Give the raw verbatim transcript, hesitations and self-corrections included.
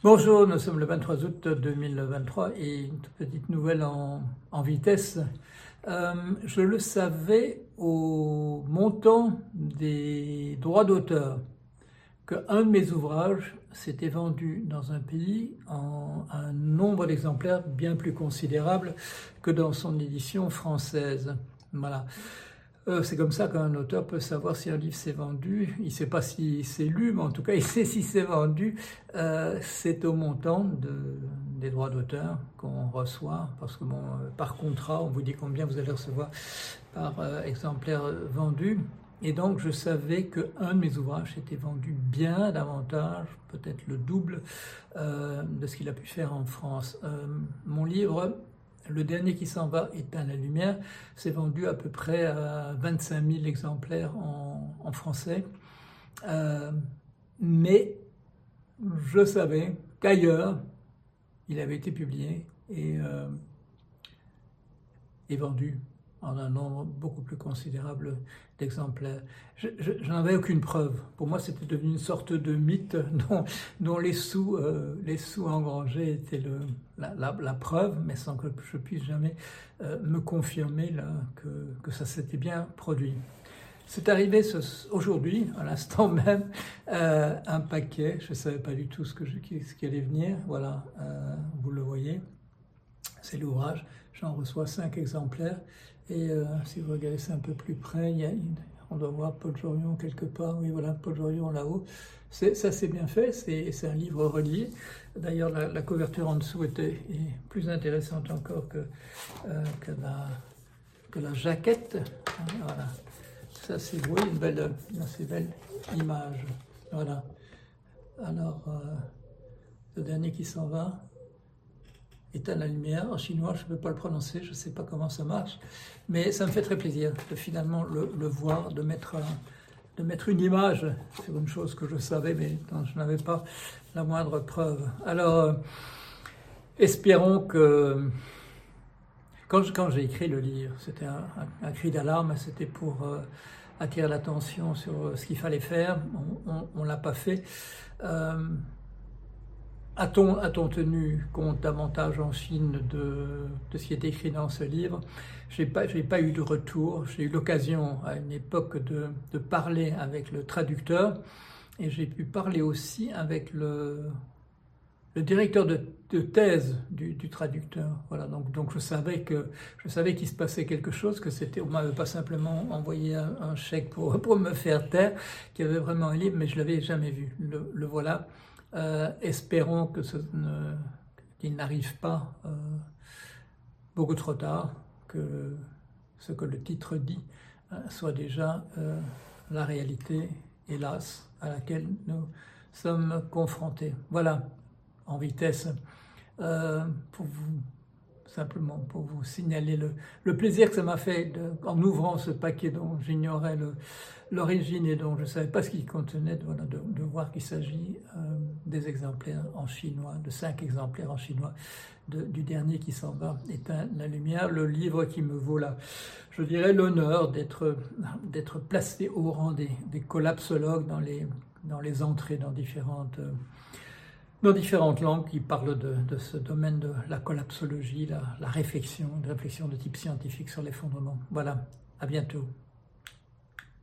Bonjour, nous sommes le vingt-trois août deux mille vingt-trois et une petite nouvelle en, en vitesse. Euh, je le savais au montant des droits d'auteur qu'un de mes ouvrages s'était vendu dans un pays en un nombre d'exemplaires bien plus considérable que dans son édition française. Voilà. Euh, c'est comme ça qu'un auteur peut savoir si un livre s'est vendu. Il ne sait pas si c'est lu, mais en tout cas, il sait si c'est vendu. Euh, c'est au montant de, des droits d'auteur qu'on reçoit, parce que bon, euh, par contrat, on vous dit combien vous allez recevoir par euh, exemplaire vendu. Et donc, je savais qu'un de mes ouvrages s'était vendu bien davantage, peut-être le double euh, de ce qu'il a pu faire en France. Euh, mon livre, Le dernier qui s'en va, éteint la lumière, s'est vendu à peu près à vingt-cinq mille exemplaires en, en français. Euh, mais je savais qu'ailleurs, il avait été publié et, euh, et vendu en un nombre beaucoup plus considérable d'exemplaires. Je, je, je n'avais aucune preuve. Pour moi, c'était devenu une sorte de mythe dont, dont les, sous, euh, les sous engrangés étaient le, la, la, la preuve, mais sans que je puisse jamais euh, me confirmer là, que, que ça s'était bien produit. C'est arrivé ce, aujourd'hui, à l'instant même, euh, un paquet. Je ne savais pas du tout ce, que je, ce qui allait venir. Voilà, euh, vous le voyez. C'est l'ouvrage. J'en reçois cinq exemplaires. Et euh, si vous regardez ça un peu plus près, il y a une, on doit voir Paul Jorion quelque part. Oui, voilà, Paul Jorion là-haut. C'est, ça, c'est bien fait. C'est, c'est un livre relié. D'ailleurs, la, la couverture en dessous était est plus intéressante encore que, euh, que, la, que la jaquette. Voilà. Ça, c'est oui, une belle, une assez belle image. Voilà. Alors, euh, le dernier qui s'en va. Éteint la lumière, en chinois, je ne peux pas le prononcer, je ne sais pas comment ça marche, mais ça me fait très plaisir de finalement le, le voir, de mettre, de mettre une image sur une chose que je savais, mais dont je n'avais pas la moindre preuve. Alors, euh, espérons que... Quand, je, quand j'ai écrit le livre, c'était un, un, un cri d'alarme, c'était pour euh, attirer l'attention sur ce qu'il fallait faire, on ne l'a pas fait. Euh, A-t-on, a-t-on tenu compte davantage en Chine de, de ce qui est écrit dans ce livre? Je n'ai pas, j'ai pas eu de retour. J'ai eu l'occasion à une époque de, de parler avec le traducteur et j'ai pu parler aussi avec le, le directeur de, de thèse du, du traducteur. Voilà, donc, donc je savais que je savais qu'il se passait quelque chose, que c'était, on m'avait pas simplement envoyé un, un chèque pour, pour me faire taire, qu'il y avait vraiment un livre, mais je l'avais jamais vu. Le, le voilà. Euh, espérons que ce ne, qu'il n'arrive pas euh, beaucoup trop tard, que ce que le titre dit euh, soit déjà euh, la réalité, hélas, à laquelle nous sommes confrontés. Voilà, en vitesse, euh, pour vous, simplement pour vous signaler le, le plaisir que ça m'a fait de, en ouvrant ce paquet dont j'ignorais le, l'origine et dont je ne savais pas ce qu'il contenait, de, voilà, de, de voir qu'il s'agit euh, des exemplaires en chinois, de cinq exemplaires en chinois, de, du dernier qui s'en va, éteint la lumière, le livre qui me vaut là, je dirais l'honneur d'être, d'être placé au rang des, des collapsologues dans les, dans les entrées dans différentes... Euh, dans différentes langues qui parlent de, de ce domaine de la collapsologie, la, la réflexion, de réflexion de type scientifique sur l'effondrement. Voilà, à bientôt.